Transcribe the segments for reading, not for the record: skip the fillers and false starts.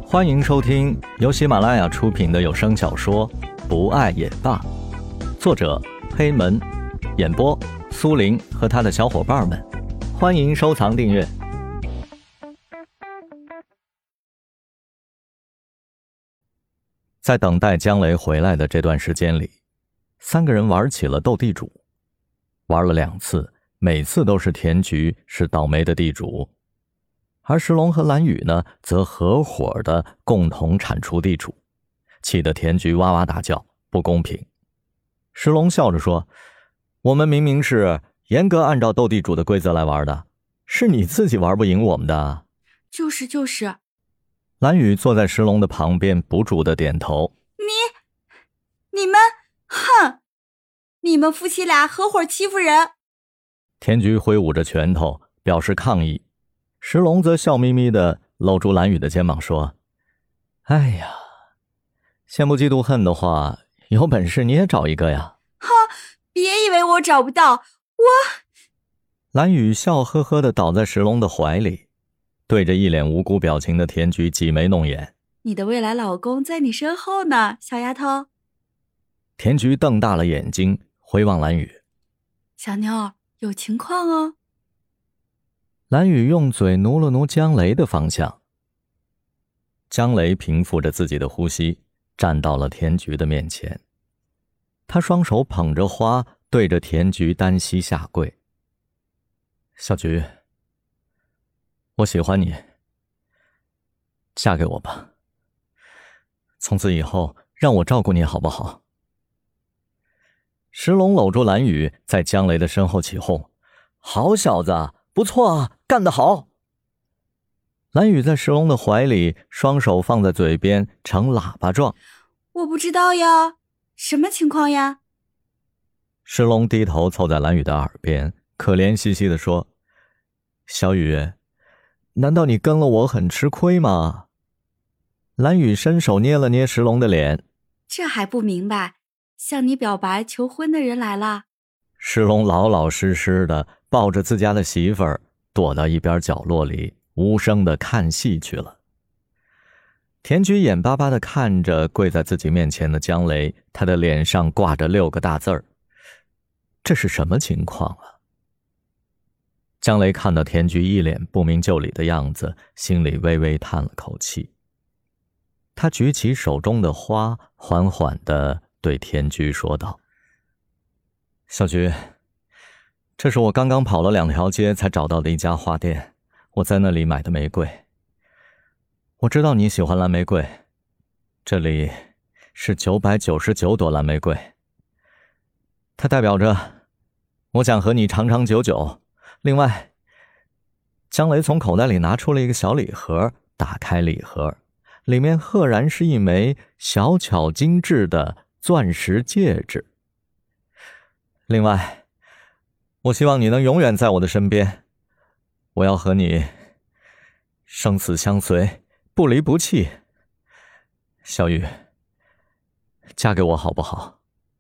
欢迎收听由喜马拉雅出品的有声小说《不爱也罢》，作者黑门，演播苏林和他的小伙伴们。欢迎收藏订阅。在等待姜雷回来的这段时间里，三个人玩起了斗地主，玩了2次，每次都是田菊是倒霉的地主，而石龙和蓝宇呢，则合伙的共同铲除地主，气得田菊哇哇大叫，不公平。石龙笑着说：“我们明明是严格按照斗地主的规则来玩的，是你自己玩不赢我们的。” 就是。 蓝宇坐在石龙的旁边，不住的点头。 你们，哼！你们夫妻俩合伙欺负人！ 田菊挥舞着拳头表示抗议，石龙则笑眯眯的搂住蓝宇的肩膀说：“哎呀，羡慕嫉妒恨的话，有本事你也找一个呀。” 哈，别以为我找不到， 蓝宇笑呵呵的倒在石龙的怀里，对着一脸无辜表情的田菊挤眉弄眼。 你的未来老公在你身后呢，小丫头。 田菊瞪大了眼睛回望蓝宇：“ 小妞，有情况哦。” 蓝宇用嘴奴了奴姜雷的方向。姜雷平复着自己的呼吸，站到了田菊的面前。他双手捧着花，对着田菊单膝下跪：“小菊，我喜欢你，嫁给我吧。从此以后，让我照顾你好不好？”石龙搂住蓝宇，在姜雷的身后起哄：“好小子，不错啊，干得好！”蓝宇在石龙的怀里，双手放在嘴边，呈喇叭状：“ 我不知道呀，什么情况呀？” 石龙低头凑在蓝宇的耳边，可怜兮兮地说：“小宇，难道你跟了我很吃亏吗？”蓝宇伸手捏了捏石龙的脸：“ 这还不明白？向你表白求婚的人来了。” 石龙老老实实的抱着自家的媳妇儿，躲到一边角落里，无声的看戏去了。田菊眼巴巴的看着跪在自己面前的姜雷，他的脸上挂着6个大字儿：“这是什么情况啊？”姜雷看到田菊一脸不明就里的样子，心里微微叹了口气。他举起手中的花，缓缓地对田菊说道：“小菊，这是我刚刚跑了2条街才找到的一家花店，我在那里买的玫瑰。我知道你喜欢蓝玫瑰，这里是999朵蓝玫瑰，它代表着我想和你长长久久。另外，”姜雷从口袋里拿出了一个小礼盒，打开礼盒，里面赫然是一枚小巧精致的钻石戒指。“另外，我希望你能永远在我的身边，我要和你生死相随，不离不弃。小雨，嫁给我好不好？”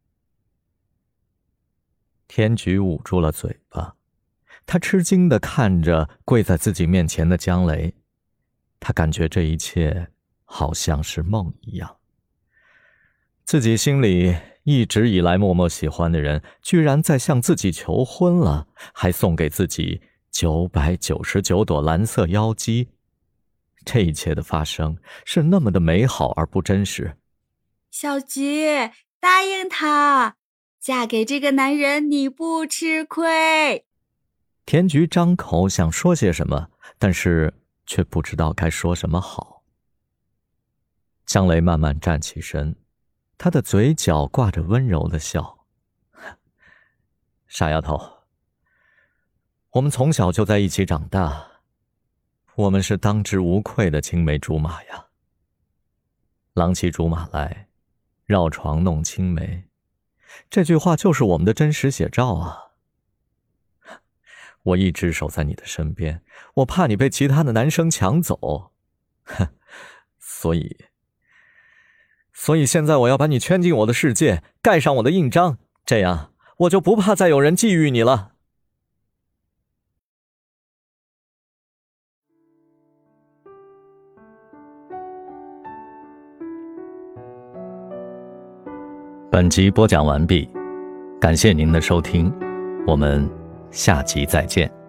田菊捂住了嘴巴，他吃惊地看着跪在自己面前的姜雷，他感觉这一切好像是梦一样。自己心里一直以来默默喜欢的人，居然在向自己求婚了，还送给自己999朵蓝色妖姬。这一切的发生是那么的美好而不真实。 小菊，答应他，嫁给这个男人你不吃亏。 田菊张口想说些什么，但是却不知道该说什么好。姜雷慢慢站起身，他的嘴角挂着温柔的笑：“傻丫头，我们从小就在一起长大，我们是当之无愧的青梅竹马呀。郎骑竹马来，绕床弄青梅，这句话就是我们的真实写照啊。我一直守在你的身边，我怕你被其他的男生抢走，所以现在我要把你圈进我的世界，盖上我的印章，这样我就不怕再有人觊觎你了。” 本集播讲完毕，感谢您的收听，我们下集再见。